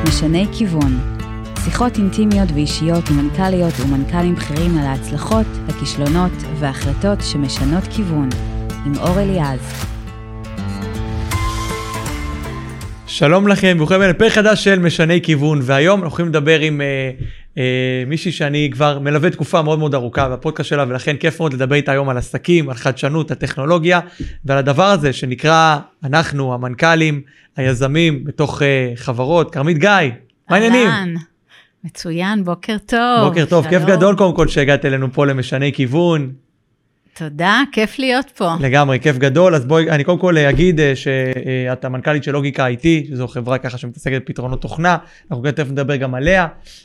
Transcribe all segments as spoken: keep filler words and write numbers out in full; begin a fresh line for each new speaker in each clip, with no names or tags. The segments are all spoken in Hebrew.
משני כיוון. שיחות אינטימיות ואישיות עם מנכ"ליות ומנכ"לים בכירים על ההצלחות, הכישלונות וההחלטות שמשנות כיוון. עם אור אליעז.
שלום לכם, ברוכים הבאים לפרק חדש של משני כיוון, והיום אנחנו הולכים לדבר עם אה, אה, מישהי שאני כבר מלווה תקופה מאוד מאוד ארוכה בפודקאסט שלה, ולכן כיף מאוד לדבר איתה היום על עסקים, על חדשנות, הטכנולוגיה, ועל הדבר הזה שנקרא אנחנו, המנכ"לים, היזמים בתוך אה, חברות. כרמית גיא, מה העניינים?
מצוין, בוקר טוב.
בוקר טוב, כיף גדול קודם כל שהגעת אלינו פה למשני כיוון.
תודה, כיף להיות פה.
לגמרי, כיף גדול. אז בואי, אני קודם כל אגיד שאת המנכ"לית של לוגיקה איי טי, שזו חברה ככה שמתעסקת בפתרונות תוכנה, אנחנו גם תכף נדבר גם עליה,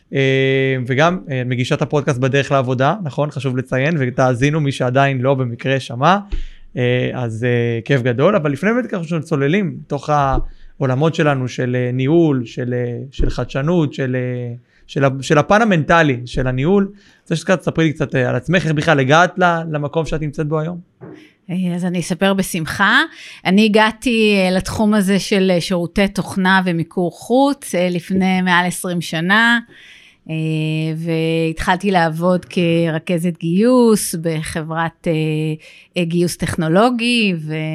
וגם מגישת הפודקאסט בדרך לעבודה, נכון? חשוב לציין, ותאזינו מי שעדיין לא במקרה שמע, אז כיף גדול. אבל לפני באמת ככה שצוללים, תוך העולמות שלנו של ניהול, של, של חדשנות, של... של, של הפן המנטלי, של הניהול. זה שקצת תספרי לי קצת על עצמך, איך בכלל הגעת למקום שאת נמצאת בו היום?
אז אני אספר בשמחה. אני הגעתי לתחום הזה של שירותי תוכנה ומיקור חוץ לפני מעל עשרים שנה, והתחלתי לעבוד כרכזת גיוס בחברת גיוס טכנולוגי,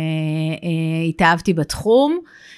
והתאהבתי בתחום.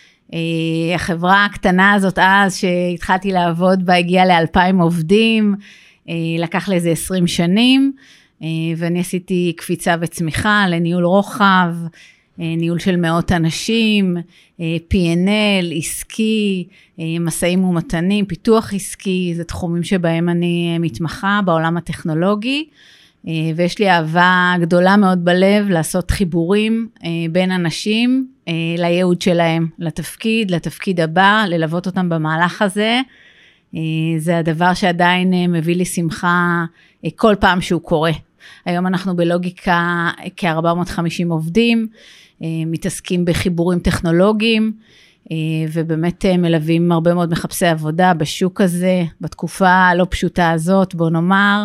החברה הקטנה הזאת אז שהתחלתי לעבוד בה הגיעה לאלפיים עובדים, לקח לזה עשרים שנים, ואני עשיתי קפיצה וצמיחה לניהול רוחב, ניהול של מאות אנשים, פי אן אל, עסקי, מסעים ומתנים, פיתוח עסקי, זה תחומים שבהם אני מתמחה בעולם הטכנולוגי, ויש לי אהבה גדולה מאוד בלב לעשות חיבורים בין אנשים לייעוד שלהם, לתפקיד, לתפקיד הבא, ללוות אותם במהלך הזה. זה הדבר שעדיין מביא לי שמחה כל פעם שהוא קורה. היום אנחנו בלוגיקה כ-ארבע מאות וחמישים עובדים, מתעסקים בחיבורים טכנולוגיים, ובאמת מלווים הרבה מאוד מחפשי עבודה בשוק הזה, בתקופה הלא פשוטה הזאת, בוא נאמר,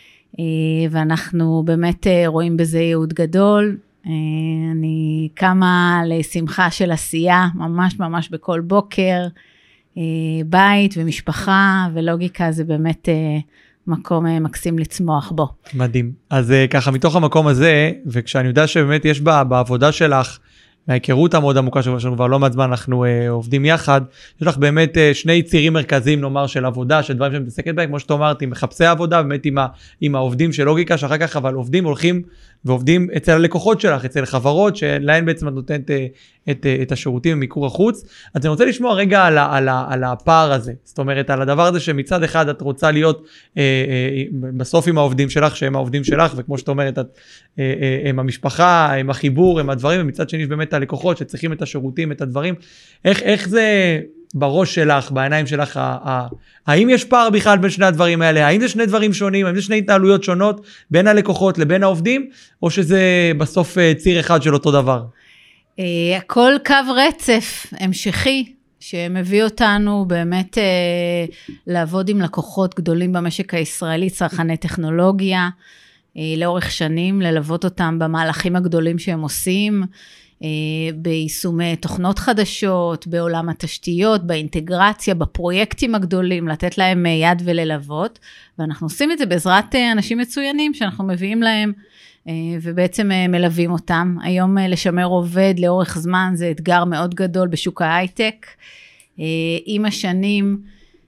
ואנחנו באמת רואים בזה ייעוד גדול. אני קמה לשמחה של עשייה, ממש ממש בכל בוקר, בית ומשפחה, ולוגיקה זה באמת מקום מקסים לצמוח בו. מדהים.
אז ככה מתוך המקום הזה, וכשאני יודע שבאמת יש בה, בעבודה שלך, מההיכרות המאוד עמוקה שלנו כבר לא מעט זמן אנחנו אה, עובדים יחד, יש לך באמת אה, שני צירים מרכזיים נאמר של עבודה, של דברים שמתעסקת בהם, כמו שאתה אומרת, עם מחפשי העבודה, באמת עם, ה, עם העובדים של לוגיקה, שאחר כך אבל עובדים הולכים ועובדים אצל הלקוחות שלך, אצל חברות, שלהן בעצם את נותנת אה, את, אה, את השירותים ממיקור החוץ. אז אני רוצה לשמוע רגע על, ה, על, ה, על הפער הזה, זאת אומרת, על הדבר הזה שמצד אחד את רוצה להיות אה, אה, בסוף עם העובדים שלך, שהם העובדים שלך, וכמו שאתה אומרת, את, אה, אה, הם המשפחה, הם החיבור, הם הדברים, ומצד שני באמת הלקוחות שצריכים את השירותים, את הדברים. איך, איך זה בראש שלך, בעיניים שלך, ה, ה, האם יש פער בכלל בין שני הדברים האלה? האם זה שני דברים שונים? האם זה שני התנהלויות שונות בין הלקוחות לבין העובדים? או שזה בסוף ציר אחד של אותו דבר?
הכל קו רצף, המשכי, שמביא אותנו באמת לעבוד עם לקוחות גדולים במשק הישראלי, צרכני טכנולוגיה, לאורך שנים, ללוות אותם במהלכים הגדולים שהם עושים, ביישומי תוכנות חדשות, בעולם התשתיות, באינטגרציה, בפרויקטים הגדולים, לתת להם יד וללוות, ואנחנו עושים את זה בעזרת אנשים מצוינים שאנחנו מביאים להם, ובעצם מלווים אותם. היום לשמר עובד לאורך זמן זה אתגר מאוד גדול בשוק ההייטק. עם השנים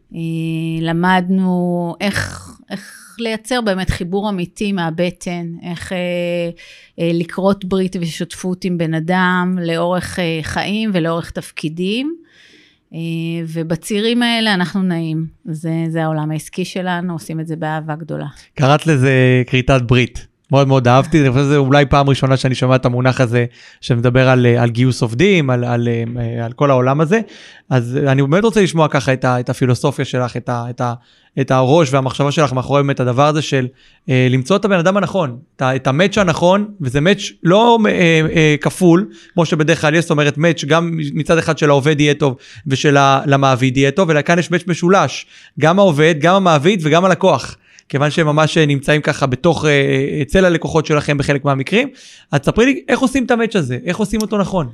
למדנו איך, איך לייצר באמת חיבור אמיתי מהבטן, איך אה, אה, לקרות ברית ושותפות עם בן אדם לאורך אה, חיים ולאורך תפקידים, אה, ובצירים האלה אנחנו נעים. זה, זה העולם העסקי שלנו, עושים את זה באהבה גדולה.
קראת לזה כריתת ברית. מאוד מאוד אהבתי, אני חושב שזה אולי פעם ראשונה שאני שומע את המונח הזה, שמדבר על, על גיוס עובדים, על, על, על כל העולם הזה, אז אני באמת רוצה לשמוע ככה את, ה, את הפילוסופיה שלך, את, ה, את, ה, את הראש והמחשבה שלך מאחורי באמת הדבר הזה של אה, למצוא את הבן אדם הנכון, את, את המאץ' הנכון, וזה מאץ' לא אה, אה, כפול, כמו שבדרך כלל יש, זאת אומרת מאץ' גם מצד אחד של העובד יהיה טוב, ושל המעביד יהיה טוב, אלא כאן יש מאץ' משולש, גם העובד, גם המעביד וגם הלקוח. כיוון שהם ממש נמצאים ככה בתוך, אצל הלקוחות שלכם בחלק מהמקרים, אז תספרי לי איך עושים את המאץ' הזה, איך עושים אותו נכון?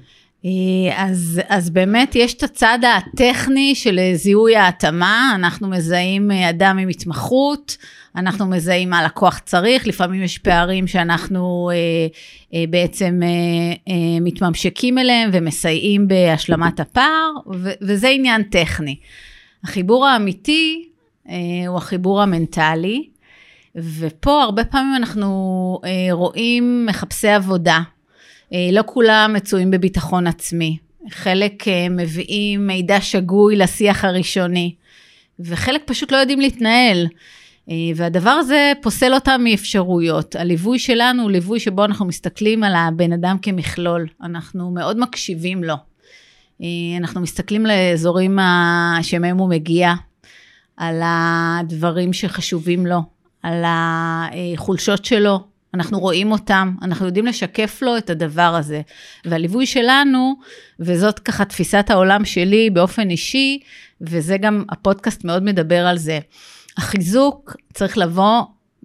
אז, אז באמת יש את הצד הטכני של זיהוי ההתאמה, אנחנו מזהים אדם עם התמחות, אנחנו מזהים מה לקוח צריך, לפעמים יש פערים שאנחנו אה, אה, בעצם אה, אה, מתממשקים אליהם ומסייעים בהשלמת הפער, ו- וזה עניין טכני. החיבור האמיתי אה, הוא החיבור המנטלי, ופה הרבה פעמים אנחנו אה, רואים מחפשי עבודה, אה, לא כולם מצויים בביטחון עצמי, חלק אה, מביאים מידע שגוי לשיח הראשוני, וחלק פשוט לא יודעים להתנהל, והדבר הזה פוסל אותם מאפשרויות. הליווי שלנו הוא ליווי שבו אנחנו מסתכלים על הבן אדם כמכלול, אנחנו מאוד מקשיבים לו, אנחנו מסתכלים לאזורים שמהם הוא מגיע, על הדברים שחשובים לו, על החולשות שלו, אנחנו רואים אותם, אנחנו יודעים לשקף לו את הדבר הזה, והליווי שלנו, וזאת ככה תפיסת העולם שלי באופן אישי, וזה גם הפודקאסט מאוד מדבר על זה, החיזוק צריך לבוא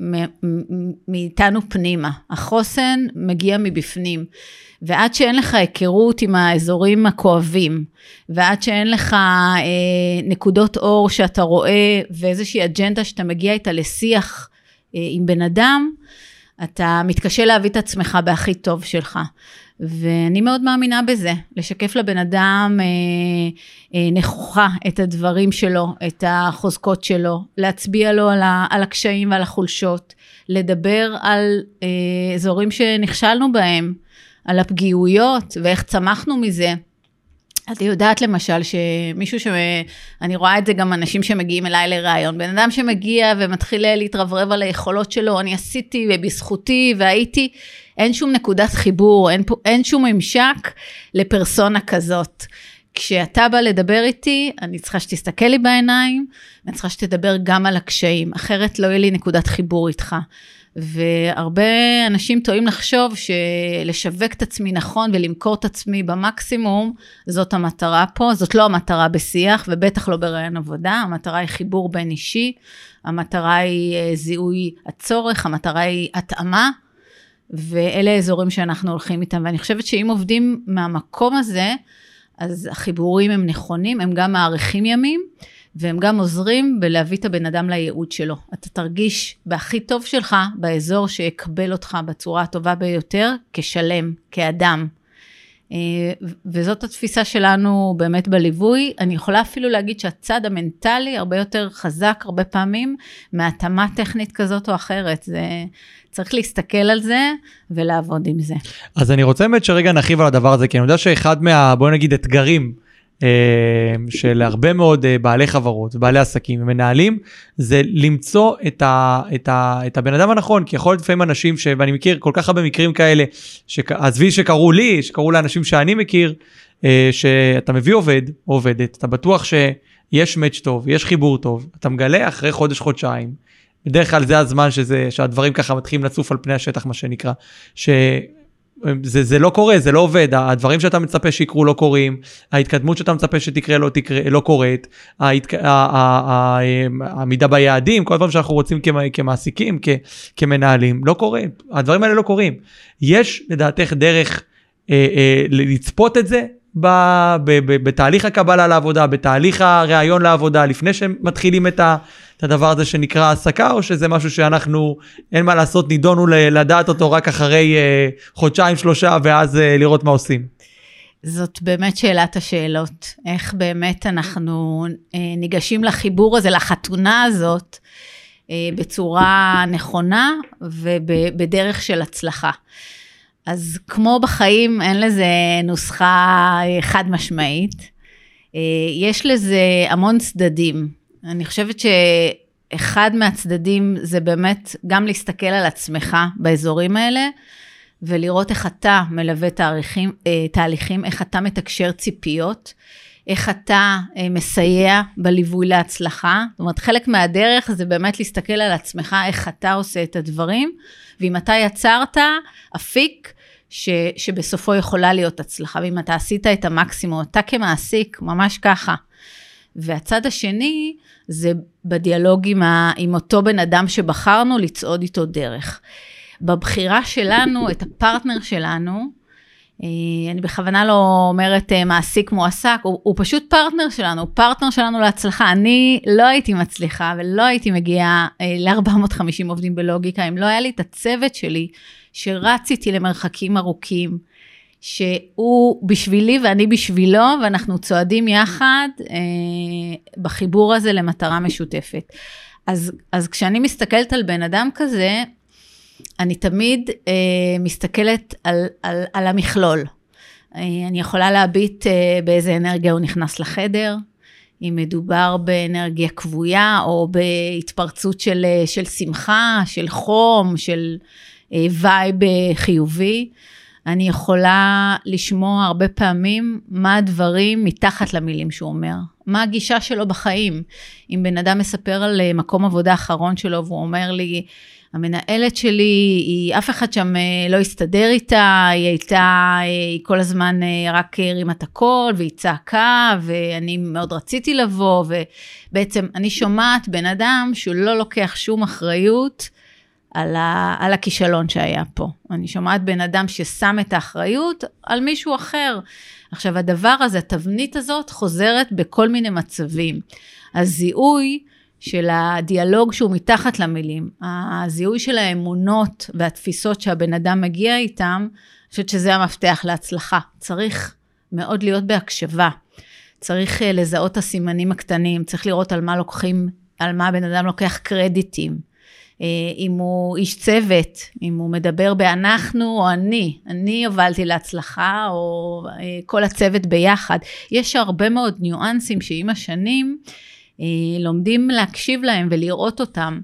מאיתנו פנימה, החוסן מגיע מבפנים, ועד שאין לך היכרות עם האזורים הכואבים, ועד שאין לך אה, נקודות אור שאתה רואה, ואיזושהי אג'נדה שאתה מגיע איתה לשיח אה, עם בן אדם, אתה מתקשה להביא את עצמך בהכי טוב שלך, ואני מאוד מאמינה בזה, לשקף לבן אדם אה, אה, נכוחה את הדברים שלו, את החוזקות שלו, להצביע לו על, ה, על הקשיים ועל החולשות, לדבר על אה, אזורים שנכשלנו בהם, על הפגיעויות ואיך צמחנו מזה. אני יודעת למשל שמישהו שאני רואה את זה גם אנשים שמגיעים אליי לרעיון, בן אדם שמגיע ומתחיל להתרברב על היכולות שלו, אני עשיתי ובזכותי והייתי, אין שום נקודת חיבור, אין, אין שום ממשק לפרסונה כזאת. כשאתה בא לדבר איתי, אני צריכה שתסתכל לי בעיניים, אני צריכה שתדבר גם על הקשיים, אחרת לא יהיה לי נקודת חיבור איתך. והרבה אנשים טועים לחשוב שלשווק את עצמי נכון ולמכור את עצמי במקסימום, זאת המטרה פה, זאת לא המטרה בשיח ובטח לא ברעיון עבודה, המטרה היא חיבור בין אישי, המטרה היא זיהוי הצורך, המטרה היא התאמה, ואלה האזורים שאנחנו הולכים איתם, ואני חושבת שאם עובדים מהמקום הזה, אז החיבורים הם נכונים, הם גם מעריכים ימים, והם גם עוזרים בלהביא את הבן אדם לייעוד שלו. אתה תרגיש בהכי טוב שלך, באזור שיקבל אותך בצורה הטובה ביותר, כשלם, כאדם. וזאת התפיסה שלנו באמת בליווי. אני יכולה אפילו להגיד שהצד המנטלי הרבה יותר חזק, הרבה פעמים, מהתאמה טכנית כזאת או אחרת. זה צריך להסתכל על זה ולעבוד עם זה.
אז אני רוצה באמת שרגע נרחיב על הדבר הזה, כי אני יודע שאחד מה, בוא נגיד, אתגרים, של הרבה מאוד בעלי חברות, בעלי עסקים ומנהלים, זה למצוא את, ה, את, ה, את הבן אדם הנכון, כי יכול להיות לפעמים אנשים, ש, ואני מכיר כל כך הרבה מקרים כאלה, עזבי שקראו לי, שקראו לאנשים שאני מכיר, שאתה מביא עובד, עובדת, אתה בטוח שיש מאץ' טוב, יש חיבור טוב, אתה מגלה אחרי חודש, חודשיים, בדרך כלל זה הזמן שזה, שהדברים ככה מתחילים לצוף על פני השטח, מה שנקרא, ש... זה, זה לא קורה, זה לא עובד, הדברים שאתה מצפה שיקרו לא קורים, ההתקדמות שאתה מצפה שתקרה לא, תקרה, לא קורית, ההתק... העמידה ביעדים, כל הדברים שאנחנו רוצים כמעסיקים, כ... כמנהלים, לא קורים, הדברים האלה לא קורים. יש לדעתך דרך אה, אה, לצפות את זה, ב... ב... ב... בתהליך הקבלה לעבודה, בתהליך הרעיון לעבודה, לפני שמתחילים את ה... את הדבר הזה שנקרא העסקה, או שזה משהו שאנחנו, אין מה לעשות, נידונו לדעת אותו רק אחרי אה, חודשיים, שלושה, ואז אה, לראות מה עושים?
זאת באמת שאלת השאלות. איך באמת אנחנו אה, ניגשים לחיבור הזה, לחתונה הזאת, אה, בצורה נכונה, ובדרך של הצלחה. אז כמו בחיים, אין לזה נוסחה חד משמעית. אה, יש לזה המון צדדים. אני חושבת שאחד מהצדדים זה באמת גם להסתכל על עצמך באזורים האלה, ולראות איך אתה מלווה תהליכים, תהליכים, איך אתה מתקשר ציפיות, איך אתה מסייע בליווי להצלחה. זאת אומרת, חלק מהדרך זה באמת להסתכל על עצמך, איך אתה עושה את הדברים, ואם אתה יצרת אפיק, ש, שבסופו יכולה להיות הצלחה, ואם אתה עשית את המקסימום, אתה כמעסיק, ממש ככה. והצד השני, זה בדיאלוג עם, ה, עם אותו בן אדם שבחרנו לצעוד איתו דרך. בבחירה שלנו, את הפרטנר שלנו, אני בכוונה לא אומרת מעסיק מועסק, הוא, הוא פשוט פרטנר שלנו, הוא פרטנר שלנו להצלחה. אני לא הייתי מצליחה ולא הייתי מגיעה ל-ארבע מאות וחמישים עובדים בלוגיקה, אם לא היה לי את הצוות שלי, שרציתי למרחקים ארוכים, שהוא בשבילי ואני בשבילו, ואנחנו צועדים יחד אה, בחיבור הזה למטרה משותפת. אז, אז כשאני מסתכלת על בן אדם כזה, אני תמיד אה, מסתכלת על, על, על המכלול. אה, אני יכולה להביט אה, באיזה אנרגיה הוא נכנס לחדר, אם מדובר באנרגיה קבויה, או בהתפרצות של, של שמחה, של חום, של אה, וייב חיובי. אני יכולה לשמוע הרבה פעמים מה הדברים מתחת למילים שהוא אומר. מה הגישה שלו בחיים. אם בן אדם מספר על מקום עבודה האחרון שלו, והוא אומר לי, המנהלת שלי, היא, אף אחד שם לא הסתדר איתה, היא הייתה, היא כל הזמן רק הרימה את הכל, והיא צעקה, ואני מאוד רציתי לבוא, ובעצם אני שומעת בן אדם שהוא לא לוקח שום אחריות, על, ה, על הכישלון שהיה פה. אני שומעת בן אדם ששם את האחריות על מישהו אחר. עכשיו, הדבר הזה, התבנית הזאת, חוזרת בכל מיני מצבים. הזיהוי של הדיאלוג שהוא מתחת למילים, הזיהוי של האמונות והתפיסות שהבן אדם מגיע איתם, אני חושבת שזה המפתח להצלחה. צריך מאוד להיות בהקשבה. צריך לזהות את הסימנים הקטנים, צריך לראות על מה לוקחים, על מה הבן אדם לוקח קרדיטים. אם הוא איש צוות, אם הוא מדבר באנחנו או אני, אני הובלתי להצלחה, או כל הצוות ביחד. יש הרבה מאוד ניואנסים שעם השנים לומדים להקשיב להם ולראות אותם.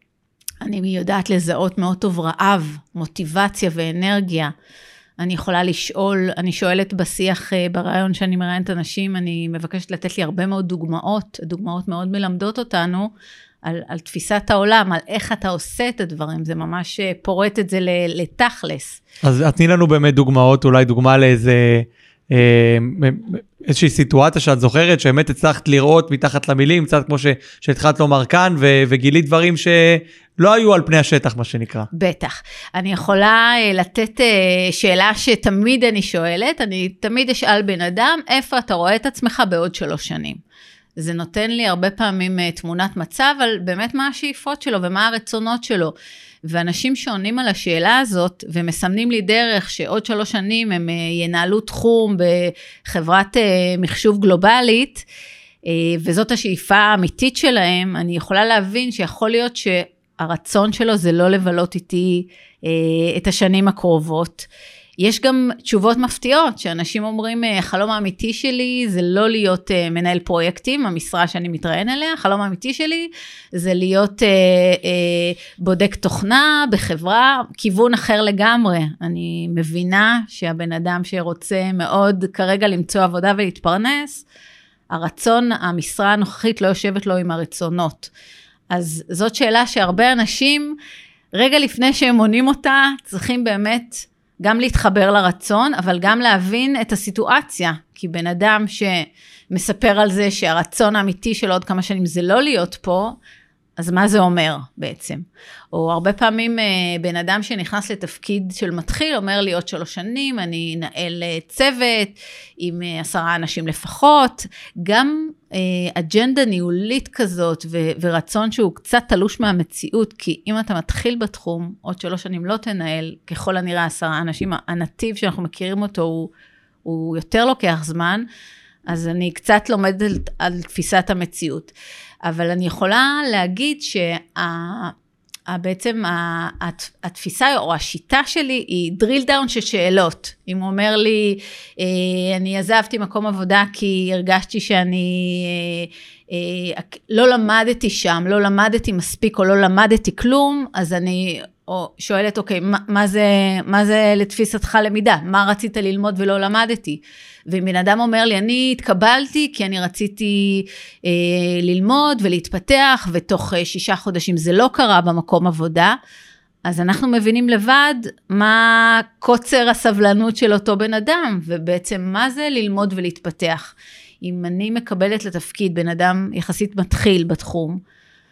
אני יודעת לזהות מאוד טוב רעב, מוטיבציה ואנרגיה. אני יכולה לשאול, אני שואלת בשיח ברעיון שאני מראיינת אנשים, אני מבקשת לתת לי הרבה מאוד דוגמאות, דוגמאות מאוד מלמדות אותנו, על, על תפיסת העולם, על איך אתה עושה את הדברים, זה ממש פורט את זה לתכלס. אז
תני לנו באמת דוגמאות, אולי דוגמה לאיזה, אה, איזושהי סיטואציה שאת זוכרת, שבאמת הצלחת לראות מתחת למילים, קצת כמו ש, שהתחלת לומר כאן, ו, וגילית דברים שלא היו על פני השטח, מה שנקרא.
בטח. אני יכולה לתת שאלה שתמיד אני שואלת, אני תמיד אשאל בן אדם, איפה אתה רואה את עצמך בעוד שלוש שנים? זה נותן לי הרבה פעמים תמונת מצב, על באמת מה השאיפות שלו ומה הרצונות שלו. ואנשים שעונים על השאלה הזאת, ומסמנים לי דרך שעוד שלוש שנים הם ינהלו תחום בחברת מחשוב גלובלית, וזאת השאיפה האמיתית שלהם, אני יכולה להבין שיכול להיות שהרצון שלו זה לא לבלות איתי את השנים הקרובות. יש גם תשובות מפתיעות, שאנשים אומרים, החלום האמיתי שלי זה לא להיות מנהל פרויקטים, המשרה שאני מתראיין אליה, החלום האמיתי שלי זה להיות אה, אה, בודק תוכנה בחברה, כיוון אחר לגמרי. אני מבינה שהבן אדם שרוצה מאוד כרגע למצוא עבודה ולהתפרנס, הרצון, המשרה הנוכחית לא יושבת לו עם הרצונות. אז זאת שאלה שהרבה אנשים, רגע לפני שהם עונים אותה, צריכים באמת גם להתחבר לרצון, אבל גם להבין את הסיטואציה, כי בן אדם שמספר על זה שהרצון האמיתי של עוד כמה שנים זה לא להיות פה, אז מה זה אומר בעצם? או הרבה פעמים בן אדם שנכנס לתפקיד של מתחיל, אומר לי עוד שלוש שנים, אני נעל צוות עם עשרה אנשים לפחות, גם אג'נדה ניהולית כזאת, ו- ורצון שהוא קצת תלוש מהמציאות, כי אם אתה מתחיל בתחום, עוד שלוש שנים לא תנהל, ככל הנראה עשרה אנשים, הנתיב שאנחנו מכירים אותו, הוא, הוא יותר לוקח זמן, אז אני קצת לומדת על, על תפיסת המציאות. אבל אני יכולה להגיד שבעצם התפיסה או השיטה שלי היא drill down של שאלות. אם הוא אומר לי, אני עזבתי מקום עבודה כי הרגשתי שאני לא למדתי שם, לא למדתי מספיק או לא למדתי כלום, אז אני שואלת, אוקיי, מה זה, מה זה לתפיסתך למידה? מה רצית ללמוד ולא למדתי? ואם בן אדם אומר לי, אני התקבלתי כי אני רציתי אה, ללמוד ולהתפתח, ותוך אה, שישה חודשים זה לא קרה במקום עבודה, אז אנחנו מבינים לבד מה קוצר הסבלנות של אותו בן אדם, ובעצם מה זה ללמוד ולהתפתח. אם אני מקבלת לתפקיד בן אדם יחסית מתחיל בתחום,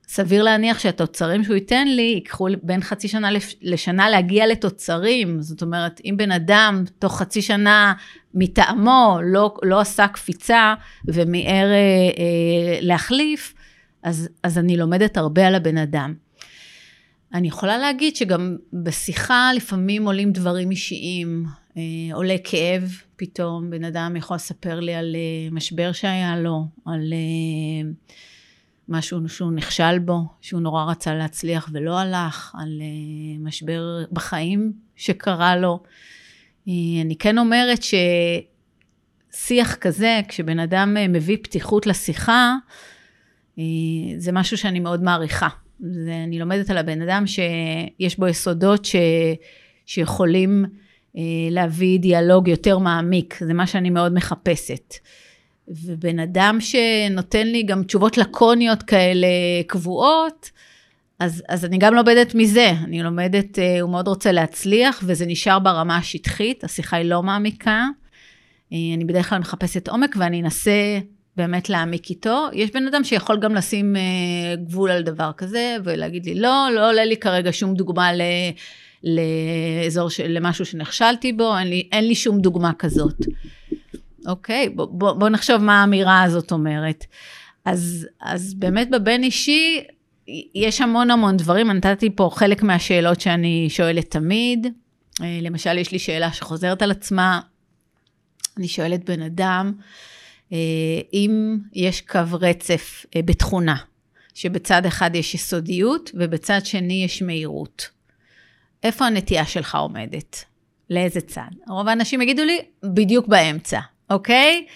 סביר להניח שהתוצרים שהוא ייתן לי, ייקחו בין חצי שנה לשנה להגיע לתוצרים, זאת אומרת, אם בן אדם תוך חצי שנה מטעמו לא, לא עשה קפיצה ומיהר אה, אה, להחליף, אז, אז אני לומדת הרבה על הבן אדם. אני יכולה להגיד שגם בשיחה לפעמים עולים דברים אישיים, אה, עולה כאב פתאום, בן אדם יכול לספר לי על אה, משבר שהיה לו, על אה, משהו שהוא נכשל בו, שהוא נורא רצה להצליח ולא הלך, על אה, משבר בחיים שקרה לו. אה, אני כן אומרת ששיח כזה, כשבן אדם אה, מביא פתיחות לשיחה, אה, זה משהו שאני מאוד מעריכה. זה, אני לומדת על הבן אדם שיש בו יסודות ש, שיכולים אה, להביא דיאלוג יותר מעמיק, זה מה שאני מאוד מחפשת. ובן אדם שנותן לי גם תשובות לקוניות כאלה קבועות, אז, אז אני גם לומדת מזה, אני לומדת, אה, הוא מאוד רוצה להצליח, וזה נשאר ברמה השטחית, השיחה היא לא מעמיקה, אה, אני בדרך כלל מחפשת עומק, ואני אנסה באמת להעמיק איתו. יש בן אדם שיכול גם לשים אה, גבול על דבר כזה, ולהגיד לי, לא, לא עולה לי כרגע שום דוגמה ל, לאזור, ש, למשהו שנכשלתי בו, אין לי, אין לי שום דוגמה כזאת. אוקיי, בוא, בוא, בוא נחשוב מה האמירה הזאת אומרת. אז, אז באמת בבין אישי, יש המון המון דברים, נתתי פה חלק מהשאלות שאני שואלת תמיד, אה, למשל יש לי שאלה שחוזרת על עצמה, אני שואלת בן אדם, אם יש קו רצף בתכונה, שבצד אחד יש יסודיות, ובצד שני יש מהירות. איפה הנטייה שלך עומדת? לאיזה צד? רוב האנשים יגידו לי, בדיוק באמצע, אוקיי?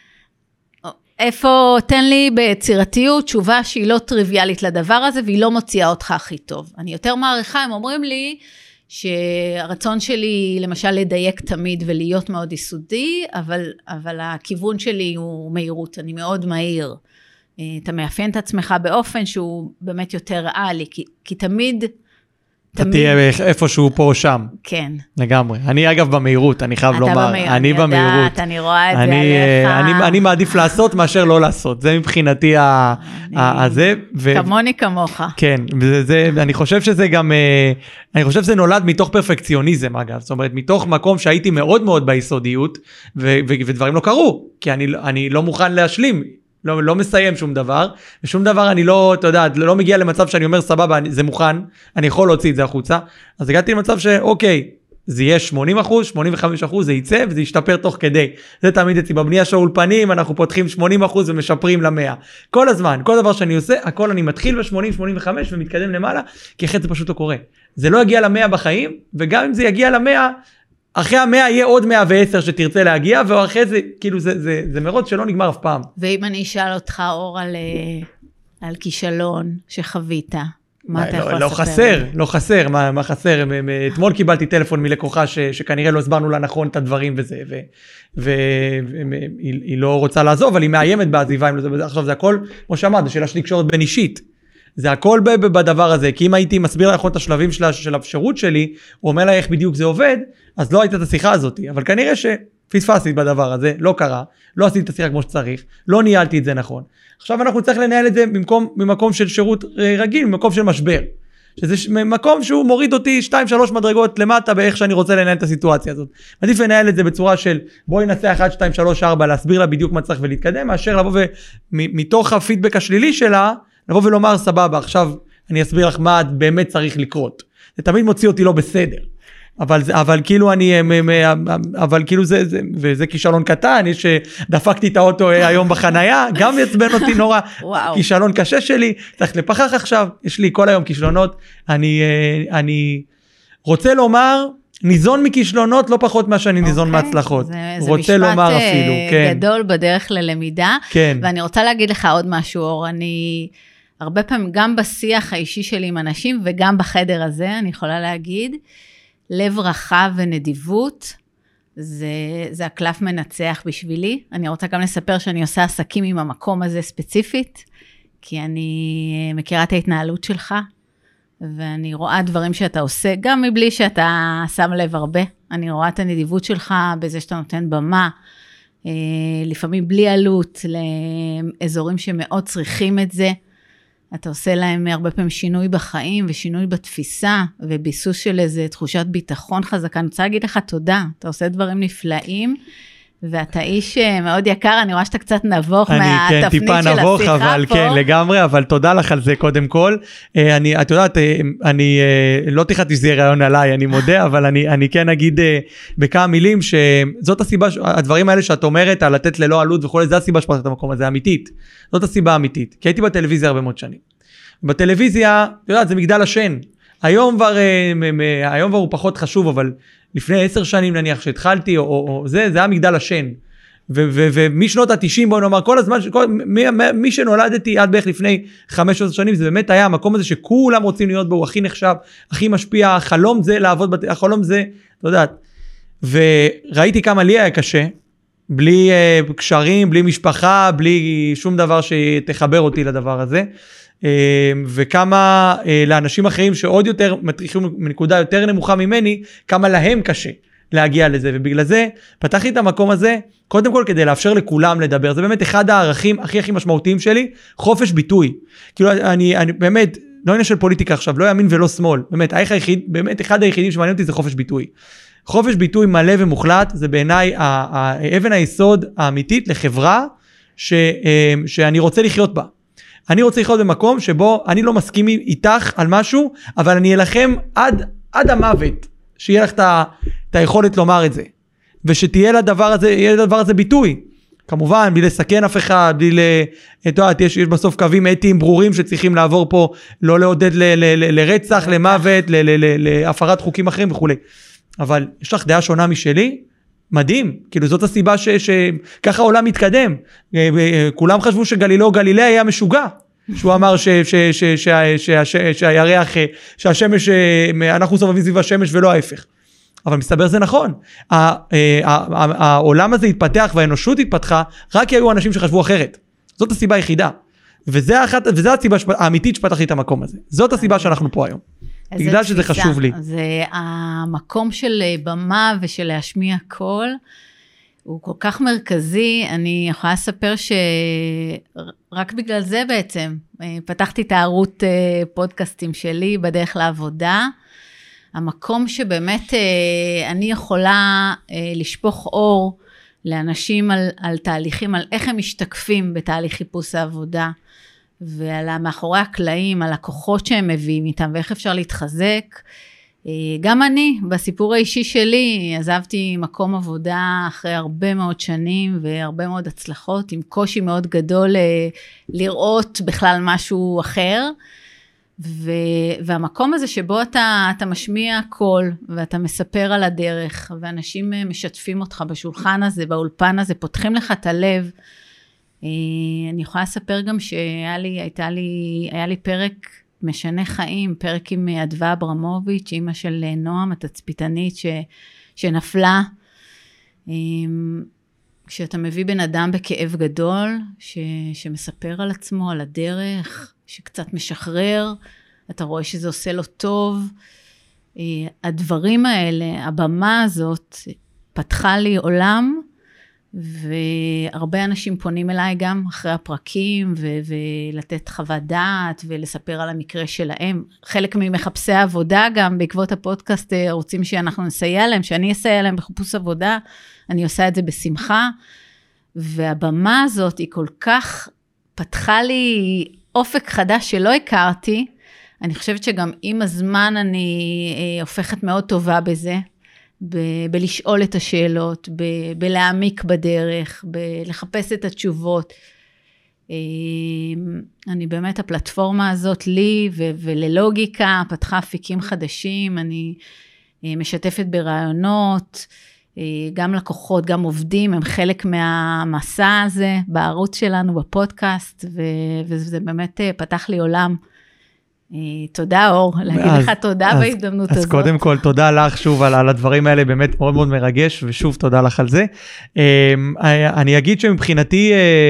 איפה, תן לי ביצירתיות תשובה שהיא לא טריוויאלית לדבר הזה, והיא לא מוציאה אותך הכי טוב. אני יותר מעריכה, הם אומרים לי, שהרצון שלי למשל לדייק תמיד ולהיות מאוד יסודי, אבל, אבל הכיוון שלי הוא מהירות, אני מאוד מהיר. אתה מאפיין את עצמך באופן שהוא באמת יותר ריאלי, כי, כי תמיד...
אתה תהיה איפשהו פה או שם.
כן.
לגמרי. אני אגב במהירות, אני חייב לומר. אני במהירות.
אני רואה את זה עליך.
אני מעדיף לעשות מאשר לא לעשות. זה מבחינתי הזה.
כמוני כמוך.
כן. אני חושב שזה גם, אני חושב שזה נולד מתוך פרפקציוניזם אגב. זאת אומרת, מתוך מקום שהייתי מאוד מאוד ביסודיות, ודברים לא קרו. כי אני לא מוכן להשלים. לא, לא מסיים שום דבר, ושום דבר אני לא, אתה יודע, לא מגיע למצב שאני אומר סבבה, אני, זה מוכן, אני יכול להוציא את זה החוצה, אז הגעתי למצב שאוקיי, זה יהיה שמונים אחוז, שמונים וחמישה אחוז, זה ייצא, וזה ישתפר תוך כדי. זה תמיד אצלי, בבנייה של האולפנים, אנחנו פותחים שמונים אחוז ומשפרים ל-מאה. כל הזמן, כל דבר שאני עושה, הכל אני מתחיל ב-שמונים שמונים וחמש ומתקדם למעלה, כי אחרת זה פשוט לא קורה. זה לא יגיע ל-מאה בחיים, וגם אם זה יגיע ל-מאה, אחרי המאה יהיה עוד מאה ועשר שתרצה להגיע, ואחרי זה, כאילו, זה, זה, זה מרוץ שלא נגמר אף פעם.
ואם אני אשאל אותך, אור, על, על כישלון שחווית, מה אתה יכול לספר?
לא חסר, לא חסר, מה, מה חסר? אתמול קיבלתי טלפון מלקוחה ש, שכנראה לא הסברנו לה נכון את הדברים וזה, והיא לא רוצה לעזוב, אבל היא מאיימת בעזיבה, עכשיו זה הכל, כמו שאמרת, זה שאלה של תקשורת בין אישית. זה הכל בדבר הזה, כי אם הייתי מסביר נכון את השלבים של, של השירות שלי, הוא אומר לה איך בדיוק זה עובד, אז לא הייתה את השיחה הזאת, אבל כנראה שפספסתי בדבר הזה, לא קרה, לא עשיתי את השיחה כמו שצריך, לא ניהלתי את זה נכון. עכשיו אנחנו צריך לנהל את זה במקום, ממקום של שירות רגיל, ממקום של משבר, שזה מקום שהוא מוריד אותי שתיים שלוש מדרגות למטה באיך שאני רוצה לנהל את הסיטואציה הזאת. עדיף לנהל את זה בצורה של בואי נעשה אחת, שתיים, שלוש, ארבע, להסביר לה בדיוק מה צריך ולהתקדם, מאשר לבוא ומתוך הפידבק השלילי שלה, לבוא ולומר סבבה, עכשיו אני אסביר לך מה באמת צריך לקרות. זה תמיד מוציא אותי לא בסדר. אבל, אבל כאילו אני, אבל כאילו זה, זה, וזה כישלון קטן, יש דפקתי את האוטו היום בחנייה, גם יצבן אותי נורא, כישלון קשה שלי, צריך לפחח עכשיו, יש לי כל היום כישלונות, אני, אני רוצה לומר, ניזון מכישלונות לא פחות מה שאני ניזון מהצלחות.
זה משפט גדול בדרך ללמידה, ואני רוצה להגיד לך עוד משהו, אור, אני הרבה פעמים גם בשיח האישי שלי עם אנשים, וגם בחדר הזה, אני יכולה להגיד, לב רחב ונדיבות, זה, זה הקלף מנצח בשבילי. אני רוצה גם לספר שאני עושה עסקים עם המקום הזה ספציפית, כי אני מכירה את ההתנהלות שלך, ואני רואה דברים שאתה עושה, גם מבלי שאתה שם לב הרבה. אני רואה את הנדיבות שלך בזה שאתה נותן במה, לפעמים בלי עלות, לאזורים שמאוד צריכים את זה, אתה עושה להם הרבה פעמים שינוי בחיים, ושינוי בתפיסה, וביסוס של איזו תחושת ביטחון חזקה. אני רוצה להגיד לך תודה, אתה עושה דברים נפלאים, ואתה איש מאוד יקר, אני רואה שאתה קצת נבוך מהתפנית
כן, טיפה
של
נבוך,
השיחה
אבל
פה.
כן, לגמרי, אבל תודה לך על זה קודם כל. אני, את יודעת, אני לא תחתי שזה רעיון עליי, אני מודה, אבל אני, אני כן אגיד בכמה מילים, שזאת הסיבה, הדברים האלה שאת אומרת, על לתת ללא עלות וכו', זה הסיבה שפתחת את המקום הזה, אמיתית. זאת הסיבה האמיתית, כי הייתי בטלוויזיה הרבה מאוד שנים. בטלוויזיה, את יודעת, זה מגדל השן. היום כבר, היום כבר הוא פחות חשוב, אבל לפני עשר שנים נניח שהתחלתי, או, או, או זה, זה היה מגדל השן. ומשנות ה-תשעים, בואו נאמר, כל הזמן, כל, מי, מי שנולדתי עד בערך לפני חמש עשרה שנים, זה באמת היה המקום הזה שכולם רוצים להיות בו, הוא הכי נחשב, הכי משפיע, החלום זה לעבוד, בת... החלום זה, אתה יודעת. וראיתי כמה לי היה קשה, בלי uh, קשרים, בלי משפחה, בלי שום דבר שתחבר אותי לדבר הזה. וכמה לאנשים אחרים שעוד יותר מטריחים מנקודה יותר נמוכה ממני, כמה להם קשה להגיע לזה, ובגלל זה פתחתי את המקום הזה, קודם כל כדי לאפשר לכולם לדבר, זה באמת אחד הערכים הכי הכי משמעותיים שלי, חופש ביטוי, כאילו אני, אני באמת, לא עניין של פוליטיקה עכשיו, לא ימין ולא שמאל, באמת, היחיד, באמת אחד היחידים שמעניין אותי זה חופש ביטוי, חופש ביטוי מלא ומוחלט, זה בעיניי האבן היסוד האמיתית לחברה, ש, שאני רוצה לחיות בה, אני רוצה לחיות במקום שבו אני לא מסכים איתך על משהו, אבל אני אלחם עד, עד המוות, שיהיה לך את היכולת לומר את זה, ושתהיה לדבר הזה, יהיה לדבר הזה ביטוי. כמובן, בלי לסכן אף אחד, בלי ל... את יודעת, יש, יש בסוף קווים אתיים ברורים שצריכים לעבור פה, לא לעודד ל, ל, ל, לרצח, למוות, ל, ל, ל, להפרת חוקים אחרים וכו'. אבל יש לך דעה שונה משלי, מדהים, כאילו זאת הסיבה ש, שככה העולם מתקדם. כולם חשבו שגלילאו גלילי היה משוגע, שהוא אמר ש, ש, ש, ש, ש, ש, שהירח, שהשמש, אנחנו סובבים סביב השמש ולא ההפך. אבל מסתבר זה נכון. העולם הזה התפתח והאנושות התפתחה, רק היו אנשים שחשבו אחרת. זאת הסיבה היחידה. וזה אחת, וזה הסיבה האמיתית שפתחתי את המקום הזה. זאת הסיבה שאנחנו פה היום. בגלל שזה חשוב לי.
זה המקום של במה ושל להשמיע קול, הוא כל כך מרכזי, אני יכולה לספר שרק בגלל זה בעצם, פתחתי את הערוץ פודקאסטים שלי בדרך לעבודה, המקום שבאמת אני יכולה לשפוך אור לאנשים על, על תהליכים, על איך הם משתקפים בתהליך חיפוש העבודה, ועל מאחורי הקלעים, על הכוחות שהם מביאים איתם, ואיך אפשר להתחזק. גם אני, בסיפור האישי שלי, עזבתי מקום עבודה אחרי הרבה מאוד שנים, והרבה מאוד הצלחות, עם קושי מאוד גדול לראות בכלל משהו אחר, ו, והמקום הזה שבו אתה, אתה משמיע קול, ואתה מספר על הדרך, ואנשים משתפים אותך בשולחן הזה, באולפן הזה, פותחים לך את הלב. אני יכולה לספר גם שהיה לי, הייתה לי, היה לי פרק משנה חיים, פרק עם אדווה אברמוביץ', אמא של נועם, התצפיתנית ש, שנפלה. כשאתה מביא בן אדם בכאב גדול, ש, שמספר על עצמו, על הדרך, שקצת משחרר, אתה רואה שזה עושה לו טוב. הדברים האלה, הבמה הזאת, פתחה לי עולם, והרבה אנשים פונים אליי גם אחרי הפרקים, ו- ולתת חוות דעת, ולספר על המקרה שלהם. חלק ממחפשי העבודה גם, בעקבות הפודקאסט, רוצים שאנחנו נסייע להם, שאני אסייע להם בחיפוש עבודה, אני עושה את זה בשמחה, והבמה הזאת היא כל כך פתחה לי אופק חדש שלא הכרתי, אני חושבת שגם עם הזמן אני אה, הופכת מאוד טובה בזה, ב- בלשאול את השאלות, ב- בלהעמיק בדרך, בלחפש את התשובות. אה, אני באמת, הפלטפורמה הזאת לי ו- וללוגיקה, פתחה אפיקים חדשים, אני אה, משתפת ברעיונות, אה, גם לקוחות, גם עובדים, הם חלק מהמסע הזה, בערוץ שלנו, בפודקאסט, ו- וזה באמת אה, פתח לי עולם. תודה אור, להגיד לך תודה בהזדמנות הזאת.
אז קודם כל תודה לך שוב על, על הדברים האלה, באמת מאוד מאוד מרגש, ושוב תודה לך על זה. אני אגיד שמבחינתי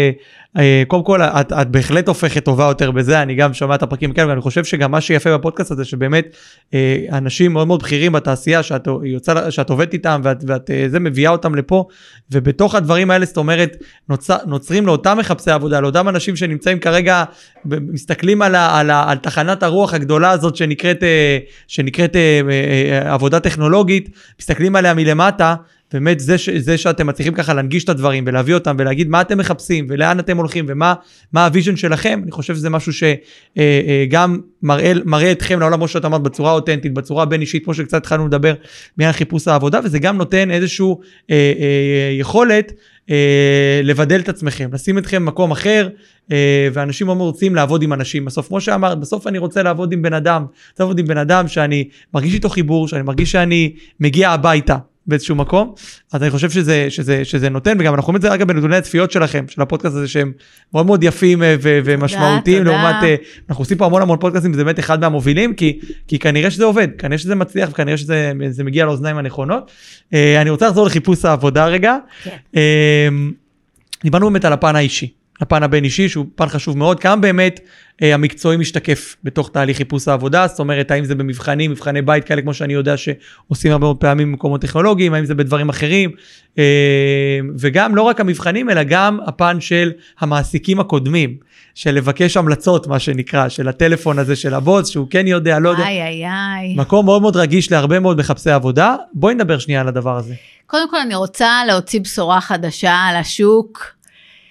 קודם כל, את, את בהחלט הופכת טובה יותר בזה, אני גם שומע את הפרקים כאלה, ואני חושב שגם מה שיפה בפודקאסט הזה, שבאמת אנשים מאוד מאוד בכירים בתעשייה, שאת, יוצא, שאת עובדת איתם, ואת, ואת זה מביאה אותם לפה, ובתוך הדברים האלה, זאת אומרת, נוצר, נוצרים לאותם מחפשי עבודה, לאותם אנשים שנמצאים כרגע, מסתכלים על, ה, על, ה, על תחנת הרוח הגדולה הזאת, שנקראת, שנקראת עבודה טכנולוגית, מסתכלים עליה מלמטה, באמת זה, ש, זה שאתם מצליחים ככה להנגיש את הדברים ולהביא אותם ולהגיד מה אתם מחפשים ולאן אתם הולכים ומה מה הוויז'ן שלכם, אני חושב שזה משהו שגם מראה, מראה אתכם לעולם, כמו שאת אמרת, בצורה אותנטית, בצורה בין אישית, כמו שקצת התחלנו לדבר מעניין חיפוש העבודה, וזה גם נותן איזשהו אה, אה, יכולת אה, לבדל את עצמכם, לשים אתכם במקום אחר, אה, ואנשים מאוד רוצים לעבוד עם אנשים, בסוף, כמו שאמרת, בסוף אני רוצה לעבוד עם בן אדם, רוצה לעבוד עם בן אדם שאני מרגיש איתו חיבור, שאני מרגיש שאני מגיע הביתה, באיזשהו מקום, אז אני חושב שזה, שזה, שזה נותן, וגם אנחנו רואים את זה רגע בנתוני הצפיות שלכם, של הפודקאסט הזה, שהם מאוד מאוד יפים ו- ומשמעותיים, לעומת, אנחנו עושים פה המון המון פודקאסטים, זה באמת אחד מהמובילים, כי, כי כנראה שזה עובד, כנראה שזה מצליח, וכנראה שזה זה מגיע לאוזניים הנכונות. אני רוצה לחזור לחיפוש העבודה רגע. כן. דיברנו באמת על הפן האישי, הפן הבין אישי, שהוא פן חשוב מאוד, כמה באמת אה, המקצועי משתקף בתוך תהליך חיפוש העבודה, זאת אומרת, האם זה במבחנים, מבחני בית כאלה, כמו שאני יודע שעושים הרבה מאוד פעמים במקומות טכנולוגיים, האם זה בדברים אחרים, אה, וגם לא רק המבחנים, אלא גם הפן של המעסיקים הקודמים, של לבקש המלצות, מה שנקרא, של הטלפון הזה של הבוס, שהוא כן יודע, לא יודע.
איי, איי, איי.
מקום מאוד מאוד רגיש להרבה מאוד מחפשי עבודה, בואי נדבר שנייה על הדבר הזה.
קודם כל, אני רוצה להוציא בשורה חדשה על השוק,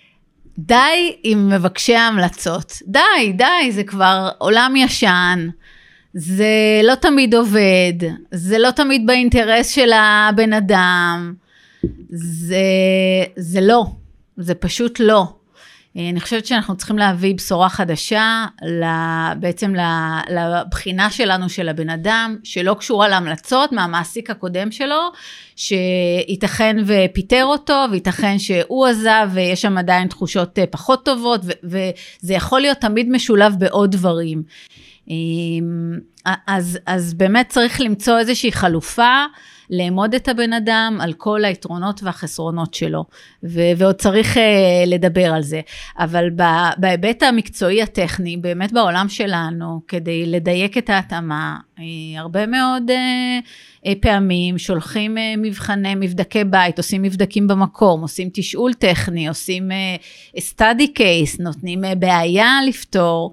די עם מבקשי ההמלצות, די, די, זה כבר עולם ישן, זה לא תמיד עובד, זה לא תמיד באינטרס של הבן אדם, זה, זה לא, זה פשוט לא. אני חושבת שאנחנו צריכים להביא בשורה חדשה, בעצם לבחינה שלנו של הבן אדם, שלא קשורה להמלצות מהמעסיק הקודם שלו, שייתכן ופיטר אותו, וייתכן שהוא עזב, ויש שם עדיין תחושות פחות טובות, וזה יכול להיות תמיד משולב בעוד דברים. אז, אז באמת צריך למצוא איזושהי חלופה, לעמוד את הבן אדם על כל היתרונות והחסרונות שלו, ו- ועוד צריך uh, לדבר על זה. אבל בהיבט המקצועי הטכני, באמת בעולם שלנו, כדי לדייק את ההתאמה, הרבה מאוד uh, uh, פעמים שולחים uh, מבחני, מבדקי בית, עושים מבדקים במקום, עושים תשאול טכני, עושים uh, study case, נותנים uh, בעיה לפתור,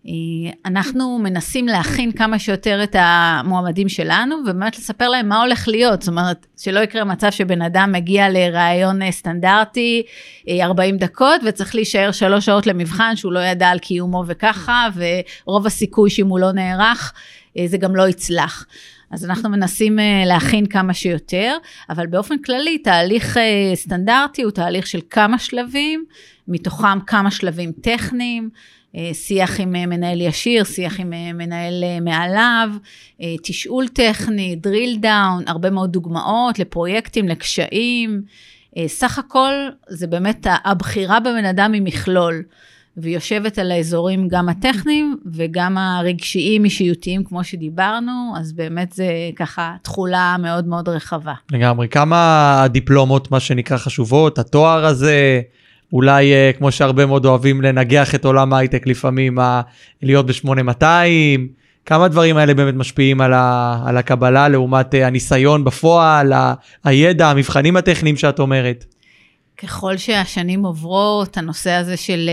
אנחנו מנסים להכין כמה שיותר את המועמדים שלנו, ובאמת לספר להם מה הולך להיות, זאת אומרת, שלא יקרה מצב שבן אדם מגיע לרעיון סטנדרטי, ארבעים דקות, וצריך להישאר שלוש שעות למבחן, שהוא לא ידע על קיומו וככה, ורוב הסיכוי שאם הוא לא נערך, זה גם לא יצלח. אז אנחנו מנסים להכין כמה שיותר, אבל באופן כללי, תהליך סטנדרטי הוא תהליך של כמה שלבים, מתוכם כמה שלבים טכניים, שיח עם מנהל ישיר, שיח עם מנהל מעליו, תשאול טכני, דריל דאון, הרבה מאוד דוגמאות לפרויקטים, לקשיים, סך הכל זה באמת הבחירה בבן אדם היא מכלול, ויושבת על האזורים גם הטכניים וגם הרגשיים אישיותיים כמו שדיברנו, אז באמת זה ככה תחולה מאוד מאוד רחבה. לגמרי,
כמה הדיפלומות מה שנקרא חשובות, התואר הזה, אולי כמו שהרבה מאוד אוהבים לנגח את עולם ההייטק לפעמים, להיות ב-שמונה מאתיים, כמה דברים האלה באמת משפיעים על, ה, על הקבלה לעומת הניסיון בפועל, הידע, המבחנים הטכניים שאת אומרת?
ככל שהשנים עוברות, הנושא הזה של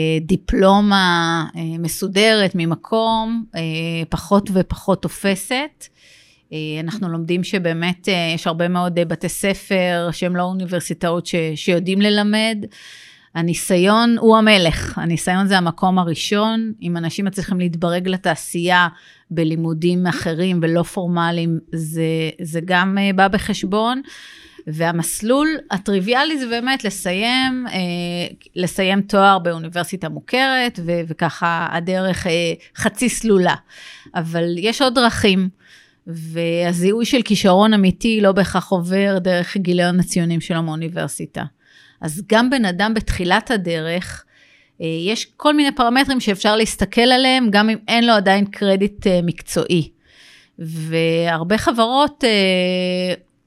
דיפלומה מסודרת ממקום, פחות ופחות תופסת. אנחנו לומדים שבאמת יש הרבה מאוד בתי ספר שהם לא אוניברסיטאות ש, שיודעים ללמד. הניסיון הוא המלך, הניסיון זה המקום הראשון, אם אנשים מצליחים להתברג לתעשייה בלימודים אחרים ולא פורמליים, זה, זה גם בא בחשבון, והמסלול הטריוויאלי זה באמת לסיים, לסיים תואר באוניברסיטה מוכרת, ו, וככה הדרך חצי סלולה, אבל יש עוד דרכים, והזיהוי של כישרון אמיתי לא בהכרח עובר דרך גיליון הציונים שלו מאוניברסיטה. אז גם בן אדם בתחילת הדרך, יש כל מיני פרמטרים שאפשר להסתכל עליהם, גם אם אין לו עדיין קרדיט מקצועי. והרבה חברות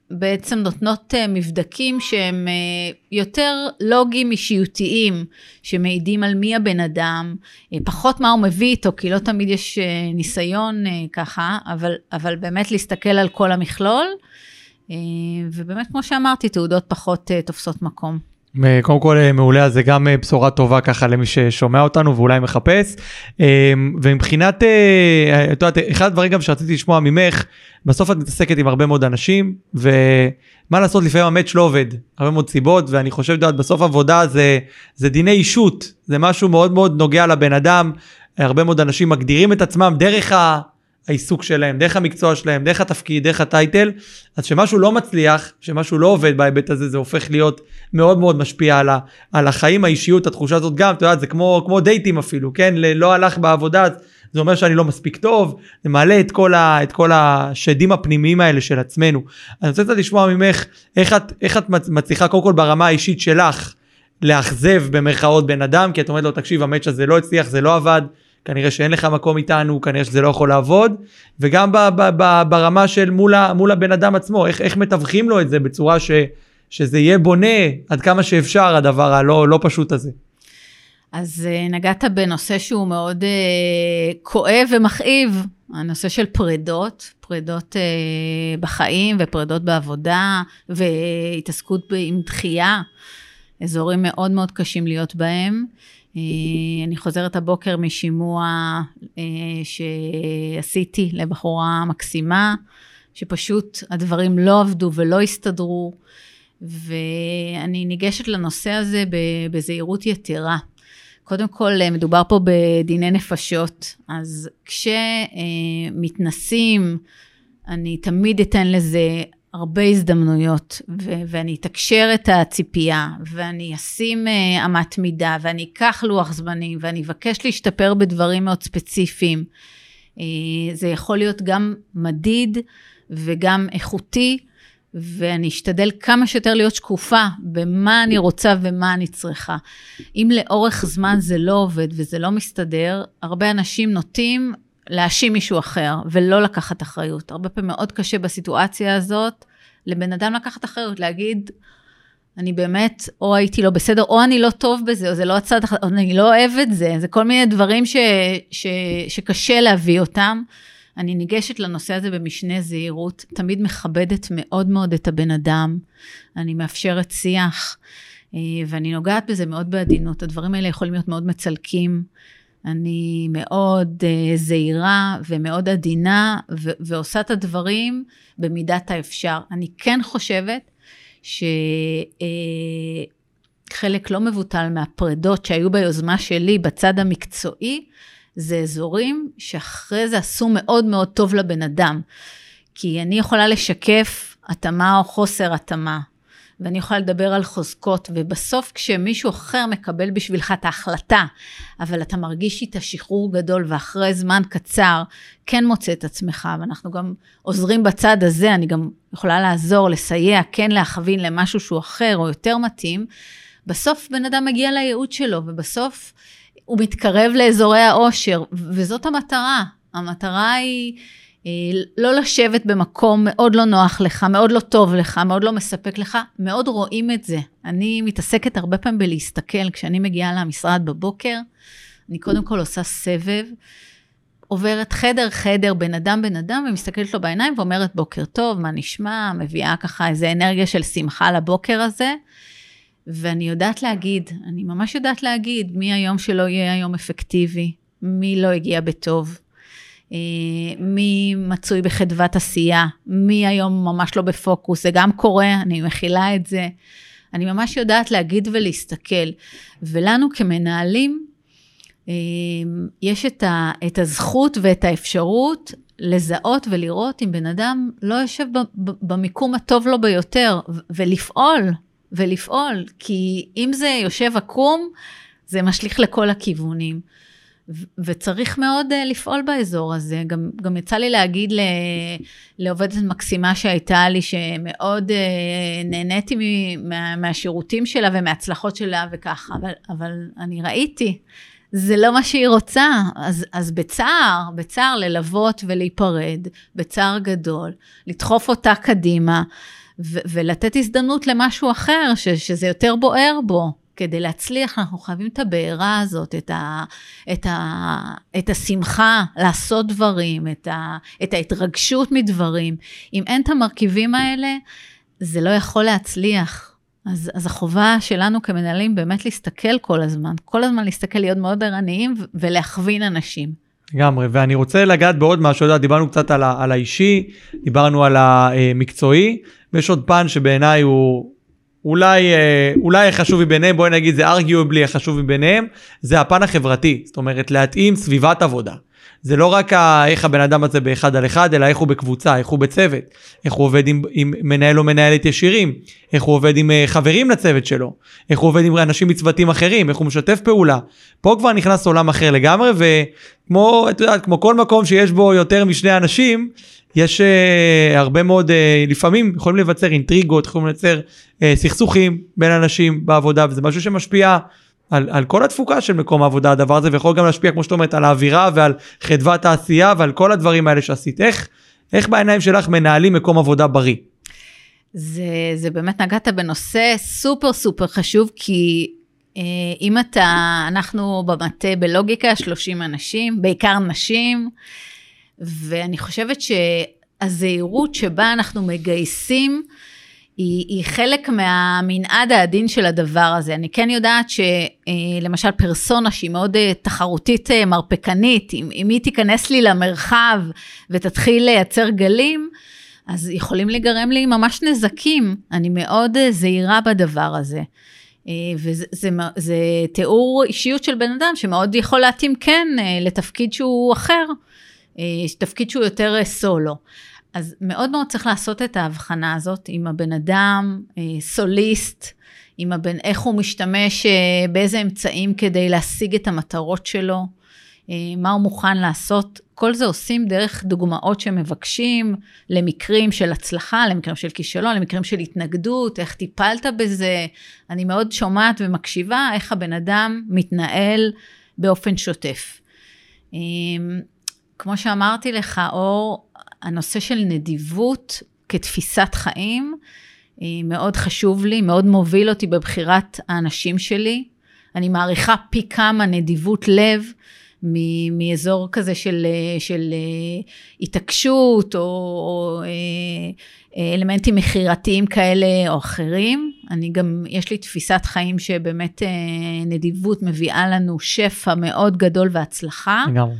בעצם נותנות מבדקים שהם יותר לוגיים אישיותיים, שמעידים על מי הבן אדם, פחות מה הוא מביא איתו, כי לא תמיד יש ניסיון ככה, אבל, אבל באמת להסתכל על כל המכלול, ובאמת כמו שאמרתי, תעודות פחות תופסות מקום.
קודם כל מעולה, זה גם בשורה טובה ככה למי ששומע אותנו ואולי מחפש, ומבחינת, את יודעת, אחד הדברים גם שרציתי לשמוע ממך, בסוף את מתעסקת עם הרבה מאוד אנשים, ומה לעשות, לפעמים המאץ' לא עובד, הרבה מאוד סיבות, ואני חושב, את יודעת, בסוף עבודה זה, זה דיני אישות, זה משהו מאוד מאוד נוגע לבן אדם, הרבה מאוד אנשים מגדירים את עצמם דרך ה... העיסוק שלהם, דרך המקצוע שלהם, דרך התפקיד, דרך הטייטל, אז שמשהו לא מצליח, שמשהו לא עובד בהיבט הזה, זה הופך להיות מאוד מאוד משפיע על, ה, על החיים, האישיות, התחושה הזאת גם, אתה יודע, זה כמו, כמו דייטים אפילו, כן? לא הלך בעבודה, זה אומר שאני לא מספיק טוב, זה מעלה את כל, ה, את כל השדים הפנימיים האלה של עצמנו. אני רוצה קצת לשמוע ממך, איך את, איך את מצליחה, קודם כל ברמה האישית שלך, לאכזב במרכאות בן אדם, כי את אומרת לו, תקשיב, המאץ' הזה לא הצליח, זה לא עבד, כנראה שאין לך מקום איתנו, כנראה שזה לא יכול לעבוד, וגם ב- ב- ב- ברמה של מול, ה- מול הבן אדם עצמו, איך, איך מתווכים לו את זה בצורה ש, שזה יהיה בונה עד כמה שאפשר הדבר הלא לא פשוט הזה.
אז נגעת בנושא שהוא מאוד uh, כואב ומכאיב, הנושא של פרידות, פרידות uh, בחיים ופרידות בעבודה, והתעסקות עם דחייה, אזורים מאוד מאוד קשים להיות בהם, אני חוזרת הבוקר משימוע שעשיתי לבחורה מקסימה, שפשוט הדברים לא עבדו ולא הסתדרו, ואני ניגשת לנושא הזה בזהירות יתרה. קודם כל מדובר פה בדיני נפשות, אז כשמתנסים, אני תמיד אתן לזה הרבה הזדמנויות, ו- ואני אתקשר את הציפייה, ואני אשים uh, אמת מידה, ואני אקח לוח זמנים, ואני אבקש להשתפר בדברים מאוד ספציפיים. Uh, זה יכול להיות גם מדיד, וגם איכותי, ואני אשתדל כמה שיותר להיות שקופה, במה אני רוצה ומה אני צריכה. אם לאורך זמן זה לא עובד, וזה לא מסתדר, הרבה אנשים נוטים, להאשים מישהו אחר, ולא לקחת אחריות. הרבה פעמים מאוד קשה בסיטואציה הזאת, לבן אדם לקחת אחריות, להגיד, אני באמת, או הייתי לא בסדר, או אני לא טוב בזה, או זה לא הצד, או אני לא אוהב את זה, זה כל מיני דברים ש, ש, שקשה להביא אותם. אני ניגשת לנושא הזה במשנה זהירות, תמיד מכבדת מאוד מאוד את הבן אדם, אני מאפשרת שיח, ואני נוגעת בזה מאוד בעדינות, הדברים האלה יכולים להיות מאוד מצלקים, אני מאוד uh, זהירה ומאוד עדינה, ו- ועושה את הדברים במידת האפשר. אני כן חושבת שחלק uh, לא מבוטל מהפרדות שהיו ביוזמה שלי בצד המקצועי, זה אזורים שאחרי זה עשו מאוד מאוד טוב לבן אדם, כי אני יכולה לשקף התאמה או חוסר התאמה, ואני יכולה לדבר על חוזקות, ובסוף כשמישהו אחר מקבל בשבילך את ההחלטה, אבל אתה מרגיש איתה שחרור גדול, ואחרי זמן קצר כן מוצא את עצמך, ואנחנו גם עוזרים בצד הזה, אני גם יכולה לעזור, לסייע, כן להכווין למשהו שהוא אחר או יותר מתאים, בסוף בן אדם מגיע לייעוד שלו, ובסוף הוא מתקרב לאזורי האושר, וזאת המטרה. המטרה היא לא לשבת במקום מאוד לא נוח לך, מאוד לא טוב לך, מאוד לא מספק לך, מאוד רואים את זה. אני מתעסקת הרבה פעמים בלהסתכל, כשאני מגיעה למשרד בבוקר, אני קודם כל עושה סבב, עוברת חדר חדר, בן אדם בן אדם, ומסתכלת לו בעיניים ואומרת בוקר טוב, מה נשמע, מביאה ככה איזו אנרגיה של שמחה לבוקר הזה, ואני יודעת להגיד, אני ממש יודעת להגיד, מי היום שלא יהיה היום אפקטיבי, מי לא הגיע בטוב, מי מצוי בחדוות עשייה, מי היום ממש לא בפוקוס, זה גם קורה, אני מכילה את זה, אני ממש יודעת להגיד ולהסתכל, ולנו כמנהלים, יש את, ה, את הזכות ואת האפשרות לזהות ולראות אם בן אדם לא יושב במיקום הטוב לו ביותר, ולפעול, ולפעול, כי אם זה יושב עקום, זה משליך לכל הכיוונים, וצריך מאוד לפעול באזור הזה, גם, גם יצא לי להגיד לעובדת מקסימה שהייתה לי, שמאוד נהניתי מה, מהשירותים שלה ומהצלחות שלה וככה, אבל, אבל אני ראיתי, זה לא מה שהיא רוצה, אז, אז בצער, בצער ללוות ולהיפרד, בצער גדול, לדחוף אותה קדימה, ו- ולתת הזדמנות למשהו אחר, ש- שזה יותר בוער בו. כדי להצליח, אנחנו חייבים את הבעירה הזאת, את, ה, את, ה, את השמחה, לעשות דברים, את, ה, את ההתרגשות מדברים. אם אין את המרכיבים האלה, זה לא יכול להצליח. אז, אז החובה שלנו כמנהלים באמת להסתכל כל הזמן, כל הזמן להסתכל, להיות מאוד ערניים ולהכווין אנשים.
לגמרי, ואני רוצה לגעת בעוד משהו, דיברנו קצת על, ה, על האישי, דיברנו על המקצועי, ויש עוד פן שבעיניי הוא... אולי, אולי החשוב מביניהם, בואי נגיד, זה arguably החשוב מביניהם, זה הפן החברתי, זאת אומרת, להתאים סביבת עבודה. זה לא רק איך הבן אדם הזה באחד על אחד, אלא איך הוא בקבוצה, איך הוא בצוות, איך הוא עובד עם, עם מנהל או מנהלת ישירים, איך הוא עובד עם חברים לצוות שלו, איך הוא עובד עם אנשים מצוותים אחרים, איך הוא משתף פעולה. פה כבר נכנס עולם אחר לגמרי, וכמו, את יודעת, כמו כל מקום שיש בו יותר משני אנשים, יש uh, הרבה מאוד, uh, לפעמים יכולים לבצר אינטריגות, יכולים לבצר uh, סכסוכים בין אנשים בעבודה, וזה משהו שמשפיע על, על כל התפוקה של מקום העבודה, הדבר הזה, ויכול גם להשפיע, כמו שאת אומרת, על האווירה ועל חדוות העשייה, ועל כל הדברים האלה שעשית. איך, איך בעיניים שלך מנהלים מקום עבודה בריא?
זה, זה באמת נגעת בנושא סופר סופר חשוב, כי uh, אם אתה, אנחנו במטה בלוגיקה, שלושים אנשים, בעיקר נשים, ואני חושבת שהזהירות שבה אנחנו מגייסים, היא, היא חלק מהמנעד העדין של הדבר הזה. אני כן יודעת שלמשל פרסונה שהיא מאוד תחרותית מרפקנית, אם, אם היא תיכנס לי למרחב ותתחיל לייצר גלים, אז יכולים לגרם לי ממש נזקים. אני מאוד זהירה בדבר הזה. וזה זה, זה תיאור אישיות של בן אדם שמאוד יכול להתאים כן לתפקיד שהוא אחר, תפקיד שהוא יותר סולו. אז מאוד מאוד צריך לעשות את ההבחנה הזאת, עם הבן אדם, סוליסט, עם הבן, איך הוא משתמש, באיזה אמצעים כדי להשיג את המטרות שלו, מה הוא מוכן לעשות. כל זה עושים דרך דוגמאות שמבקשים, למקרים של הצלחה, למקרים של כישלון, למקרים של התנגדות, איך טיפלת בזה. אני מאוד שומעת ומקשיבה, איך הבן אדם מתנהל באופן שוטף. כמו שאמרתי לך, אור, הנושא של נדיבות כתפיסת חיים, מאוד חשוב לי, מאוד מוביל אותי בבחירת האנשים שלי. אני מעריכה פי כמה נדיבות לב, מאזור כזה של, של התעקשות, או, או אלמנטים מחירתיים כאלה או אחרים. אני גם, יש לי תפיסת חיים שבאמת נדיבות מביאה לנו שפע מאוד גדול והצלחה. לגמרי.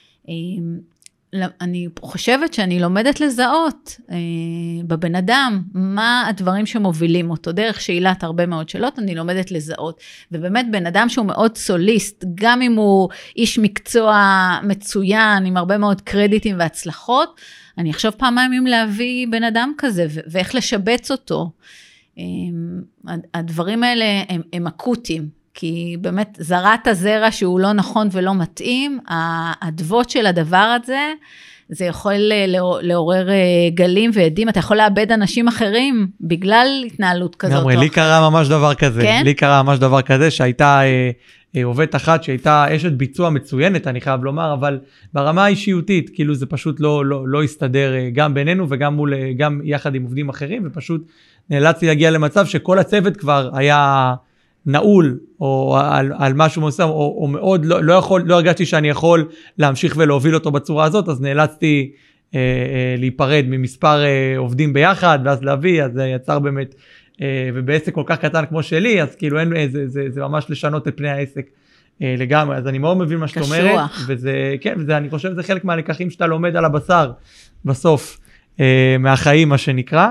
אני חושבת שאני לומדת לזהות אה, בבן אדם, מה הדברים שמובילים אותו, דרך שאלת הרבה מאוד שאלות, אני לומדת לזהות, ובאמת בן אדם שהוא מאוד סוליסט, גם אם הוא איש מקצוע מצוין, עם הרבה מאוד קרדיטים והצלחות, אני אחשוב פעמיים אם להביא בן אדם כזה, ו- ואיך לשבץ אותו. אה, הדברים האלה הם, הם אקוטיים, כי באמת זרעת הזרע שהוא לא נכון ולא מתאים, הדבות של הדבר הזה, זה יכול לעורר גלים ועדים, אתה יכול לאבד אנשים אחרים, בגלל התנהלות כזאת.
גמרי, לי קרה ממש דבר כזה, כן? לי קרה ממש דבר כזה, שהייתה אה, אה, עובדת אחת, שהייתה אשת ביצוע מצוינת, אני חייב לומר, אבל ברמה האישיותית, כאילו זה פשוט לא, לא, לא הסתדר גם בינינו, וגם מול, גם יחד עם עובדים אחרים, ופשוט נאלצתי להגיע למצב שכל הצוות כבר היה נעול, או על, על משהו מסוים, או, או מאוד, לא, לא יכול, לא הרגשתי שאני יכול להמשיך ולהוביל אותו בצורה הזאת, אז נאלצתי אה, אה, להיפרד ממספר אה, עובדים ביחד, ואז להביא, אז זה יצר באמת, אה, ובעסק כל כך קטן כמו שלי, אז כאילו אין, זה, זה, זה ממש לשנות את פני העסק אה, לגמרי, אז אני מאוד מבין מה שאת אומרת, וזה, כן, וזה, אני חושב שזה חלק מהלקחים שאתה לומד על הבשר, בסוף, אה, מהחיים, מה שנקרא,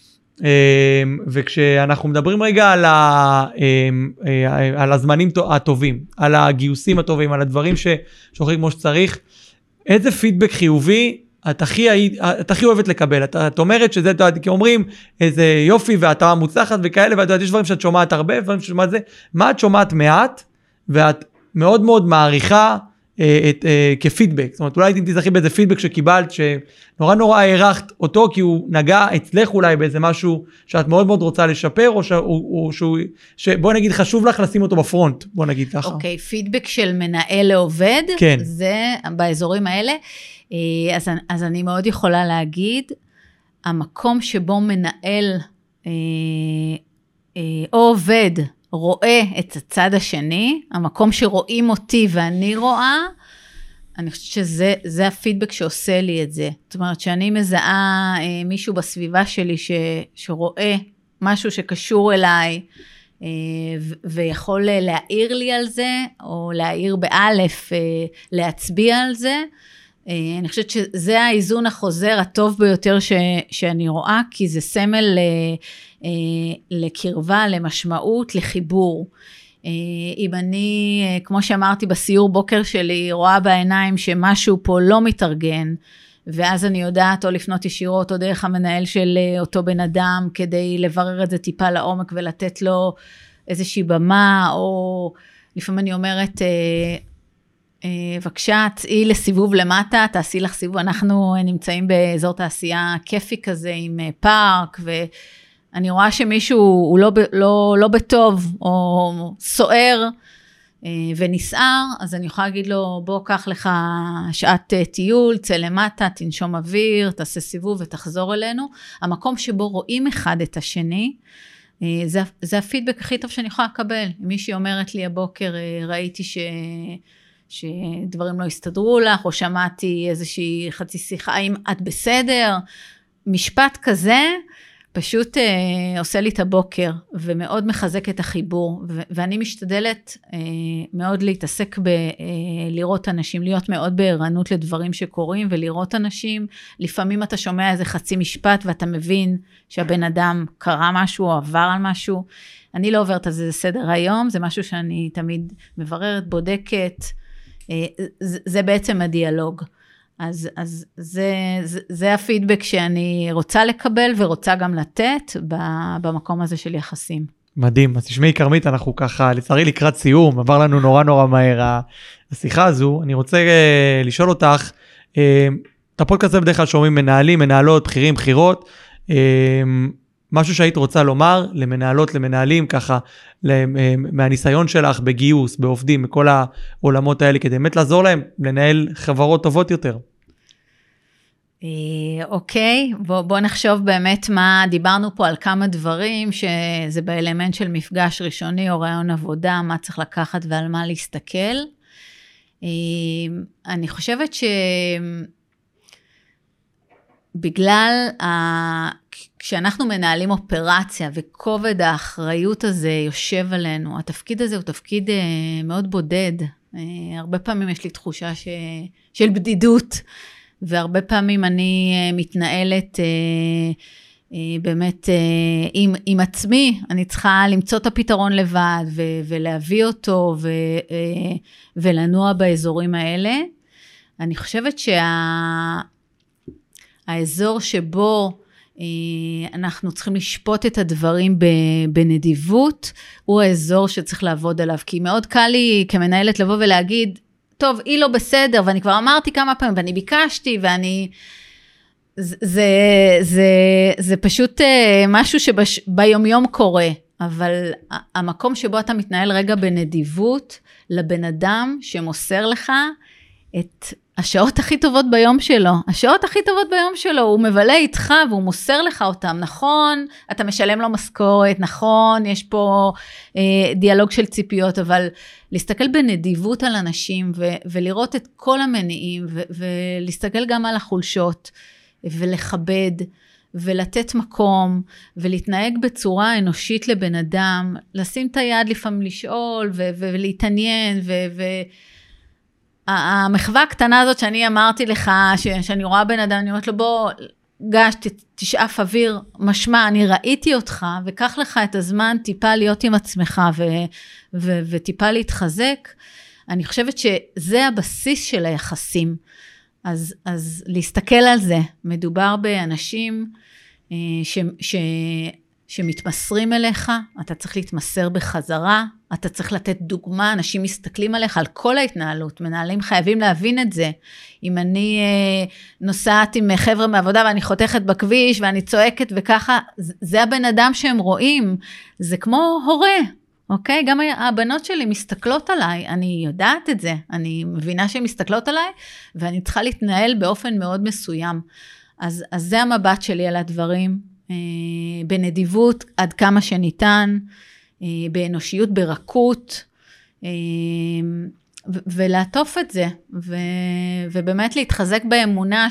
וכשאנחנו מדברים רגע על, ה, על הזמנים הטובים, על הגיוסים הטובים, על הדברים ששוכרים כמו שצריך, איזה פידבק חיובי את הכי, את הכי אוהבת לקבל? את, את אומרת שזה, כי אומרים איזה יופי והטעה מוצלחת וכאלה, ואת יודעת, יש דברים שאת שומעת הרבה, דברים שאת שומעת זה, מה את שומעת מעט, ואת מאוד מאוד מעריכה את, כפידבק, זאת אומרת, אולי אם תזכי באיזה פידבק שקיבלת, שנורא נורא הערכת אותו, כי הוא נגע אצלך אולי באיזה משהו שאת מאוד מאוד רוצה לשפר, או, ש, או, או שהוא, שבוא נגיד חשוב לך לשים אותו בפרונט, בוא נגיד ככה.
אוקיי, פידבק של מנהל לעובד,
כן.
זה באזורים האלה, אז, אז אני מאוד יכולה להגיד, המקום שבו מנהל או עובד רואה את הצד השני, המקום שרואים אותי ואני רואה, אני חושבת שזה זה הפידבק שעושה לי את זה. זאת אומרת, שאני מזהה אה, מישהו בסביבה שלי ש, שרואה משהו שקשור אליי, אה, ו, ויכול להעיר לי על זה, או להעיר באלף, אה, להצביע על זה, אה, אני חושבת שזה האיזון החוזר הטוב ביותר ש, שאני רואה, כי זה סמל אה, אה, לקרבה, למשמעות, לחיבור. אם אני, כמו שאמרתי בסיור בוקר שלי, רואה בעיניים שמשהו פה לא מתארגן, ואז אני יודעת או לפנות ישירות או דרך המנהל של אותו בן אדם, כדי לברר את זה טיפה לעומק ולתת לו איזושהי במה, או לפעמים אני אומרת, בבקשה, צאי לסיבוב למטה, תעשי לך סיבוב, אנחנו נמצאים באזור תעשייה כיפי כזה עם פארק, ו... אני רואה שמישהו הוא לא, לא, לא בטוב, או סוער ונסער, אז אני יכולה להגיד לו, בוא קח לך שעת טיול, צא למטה, תנשום אוויר, תעשה סיבוב ותחזור אלינו. המקום שבו רואים אחד את השני, זה, זה הפידבק הכי טוב שאני יכולה לקבל. מישהי אומרת לי הבוקר, ראיתי ש, שדברים לא הסתדרו לך, או שמעתי איזושהי חצי שיחה, האם את בסדר? משפט כזה, פשוט אה, עושה לי את הבוקר, ומאוד מחזק את החיבור, ו- ואני משתדלת אה, מאוד להתעסק בלראות אנשים, להיות מאוד בערנות לדברים שקורים, ולראות אנשים, לפעמים אתה שומע איזה חצי משפט, ואתה מבין שהבן אדם קרא משהו, או עבר על משהו, אני לא עוברת על זה סדר היום, זה משהו שאני תמיד מבררת, בודקת, אה, זה, זה בעצם הדיאלוג. אז, אז זה, זה, זה הפידבק שאני רוצה לקבל ורוצה גם לתת במקום הזה של יחסים.
מדהים. אז תשמעי כרמית, אנחנו ככה, לצערי לקראת סיום, עבר לנו נורא נורא מהר השיחה הזו. אני רוצה uh, לשאול אותך, uh, את הפודקאסט הזה בדרך כלל שומעים מנהלים, מנהלות, בכירים, בכירות, uh, משהו שהיית רוצה לומר למנהלות, למנהלים, ככה, מהניסיון שלך בגיוס, בעובדים, בכל העולמות האלה, כדי באמת לעזור להם לנהל חברות טובות יותר.
אוקיי, בוא, בוא נחשוב באמת מה, דיברנו פה על כמה דברים, שזה באלמנט של מפגש ראשוני או רעיון עבודה, מה צריך לקחת ועל מה להסתכל. אני חושבת ש... בגלל, ה... כשאנחנו מנהלים אופרציה וכובד האחריות הזה יושב עלינו, התפקיד הזה הוא תפקיד מאוד בודד, הרבה פעמים יש לי תחושה ש... של בדידות, והרבה פעמים אני מתנהלת באמת עם, עם עצמי, אני צריכה למצוא את הפתרון לבד ו... ולהביא אותו ו... ולנוע באזורים האלה. אני חושבת שה... האזור שבו אה, אנחנו צריכים לשפוט את הדברים בנדיבות, הוא האזור שצריך לעבוד עליו, כי מאוד קל לי כמנהלת לבוא ולהגיד, טוב, היא לא בסדר, ואני כבר אמרתי כמה פעמים, ואני ביקשתי, ואני... זה, זה, זה, זה פשוט אה, משהו שביומיום קורה, אבל המקום שבו אתה מתנהל רגע בנדיבות, לבן אדם שמוסר לך את... השעות הכי טובות ביום שלו, השעות הכי טובות ביום שלו, הוא מבלה איתך והוא מוסר לך אותם, נכון, אתה משלם לו משכורת, נכון, יש פה אה, דיאלוג של ציפיות, אבל להסתכל בנדיבות על אנשים, ו- ולראות את כל המניעים, ו- ולהסתכל גם על החולשות, ולכבד, ולתת מקום, ולהתנהג בצורה אנושית לבן אדם, לשים את היד לפעמים לשאול, ו- ולהתעניין, ו... ו- המחווה הקטנה הזאת שאני אמרתי לך, שאני רואה בן אדם, אני אומרת לו, בוא, גש, תשאף אוויר, משמע, אני ראיתי אותך, וקח לך את הזמן טיפה להיות עם עצמך, ו, ו, וטיפה להתחזק. אני חושבת שזה הבסיס של היחסים. אז, אז להסתכל על זה, מדובר באנשים ש, ש, שמתמסרים אליך, אתה צריך להתמסר בחזרה, אתה צריך לתת דוגמה, אנשים מסתכלים עליך על כל ההתנהלות, מנהלים חייבים להבין את זה. אם אני אה, נוסעת עם חבר'ה מעבודה ואני חותכת בכביש ואני צועקת וככה, זה הבן אדם שהם רואים, זה כמו הורה, אוקיי? גם הבנות שלי מסתכלות עליי, אני יודעת את זה, אני מבינה שהן מסתכלות עליי, ואני צריכה להתנהל באופן מאוד מסוים. אז, אז זה המבט שלי על הדברים, בנדיבות עד כמה שניתן, באנושיות, ברכות, ולעטוף את זה, ובאמת להתחזק באמונה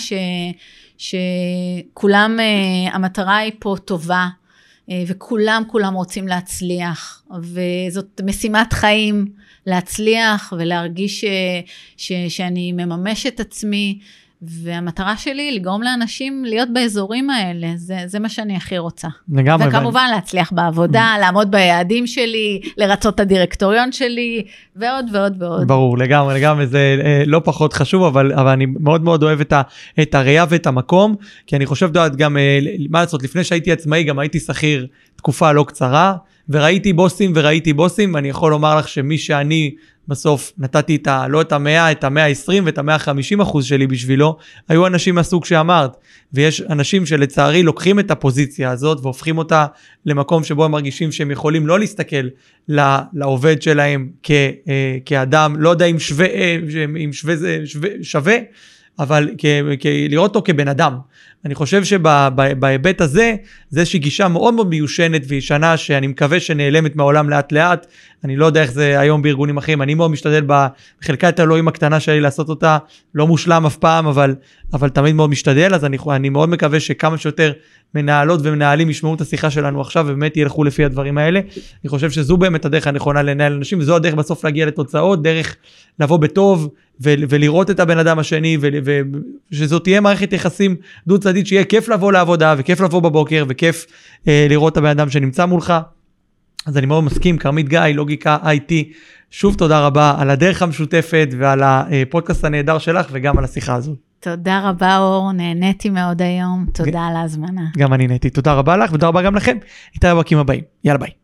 שכולם, המטרה היא פה טובה, וכולם כולם רוצים להצליח, וזאת משימת חיים להצליח ולהרגיש ש, ש, שאני מממש את עצמי, והמטרה שלי היא לגרום לאנשים להיות באזורים האלה, זה, זה מה שאני הכי רוצה.
לגמרי.
וכמובן להצליח בעבודה, לעמוד ביעדים שלי, לרצות את הדירקטוריון שלי, ועוד ועוד ועוד.
ברור, לגמרי, לגמרי, זה לא פחות חשוב, אבל, אבל אני מאוד מאוד אוהב את, ה, את הראייה ואת המקום, כי אני חושב, דעת, גם, מה לעשות, לפני שהייתי עצמאי, גם הייתי שכיר תקופה לא קצרה, וראיתי בוסים וראיתי בוסים, אני יכול לומר לך שמי שאני בסוף נתתי את ה, לא את המאה, את המאה העשרים ואת המאה החמישים אחוז שלי בשבילו, היו אנשים מהסוג שאמרת, ויש אנשים שלצערי לוקחים את הפוזיציה הזאת, והופכים אותה למקום שבו הם מרגישים שהם יכולים לא להסתכל לעובד שלהם כ, כאדם, לא יודע אם שווה, אם שווה, שווה, שווה אבל כ, כ, לראות אותו כבן אדם. אני חושב שבהיבט הזה, זה איזושהי גישה מאוד מאוד מיושנת וישנה, שאני מקווה שנעלמת מהעולם לאט לאט. אני לא יודע איך זה היום בארגונים אחרים, אני מאוד משתדל בחלקת האלוהים הקטנה שלי לעשות אותה, לא מושלם אף פעם, אבל, אבל תמיד מאוד משתדל, אז אני, אני מאוד מקווה שכמה שיותר מנהלות ומנהלים ישמעו את השיחה שלנו עכשיו, ובאמת ילכו לפי הדברים האלה. אני חושב שזו באמת הדרך הנכונה לנהל אנשים, וזו הדרך בסוף להגיע לתוצאות, דרך לבוא בטוב, ו- ולראות את הבן אדם השני, ושזו תהיה מערכת יחסים דו צדדית, שיהיה כיף לבוא לעבודה, וכיף לבוא בבוקר, וכיף אה, לראות את הבן אדם שנמצא מולך. אז אני מאוד מסכים, כרמית גיא, לוגיקה איי טי, שוב תודה רבה על הדרך המשותפת, ועל הפודקאסט הנהדר שלך, וגם על השיחה הזו.
תודה רבה אור, נהניתי מאוד היום, תודה על ההזמנה.
גם אני נהניתי, תודה רבה לך, ותודה רבה גם לכם. נתראה בפרקים הבאים, יאללה ביי.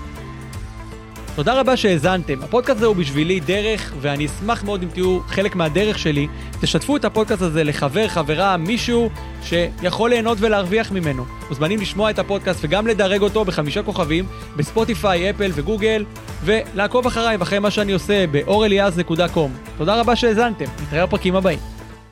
תודה רבה שהאזנתם, הפודקאסט הזה הוא בשבילי דרך, ואני אשמח מאוד אם תהיו חלק מהדרך שלי, תשתפו את הפודקאסט הזה לחבר, חברה, מישהו שיכול ליהנות ולהרוויח ממנו. מוזמנים לשמוע את הפודקאסט וגם לדרג אותו בחמישה כוכבים, בספוטיפיי, אפל וגוגל, ולעקוב אחריי ואחרי מה שאני עושה ב-אור אליעז נקודה קום. תודה רבה שהאזנתם, נתראה בפרקים הבאים.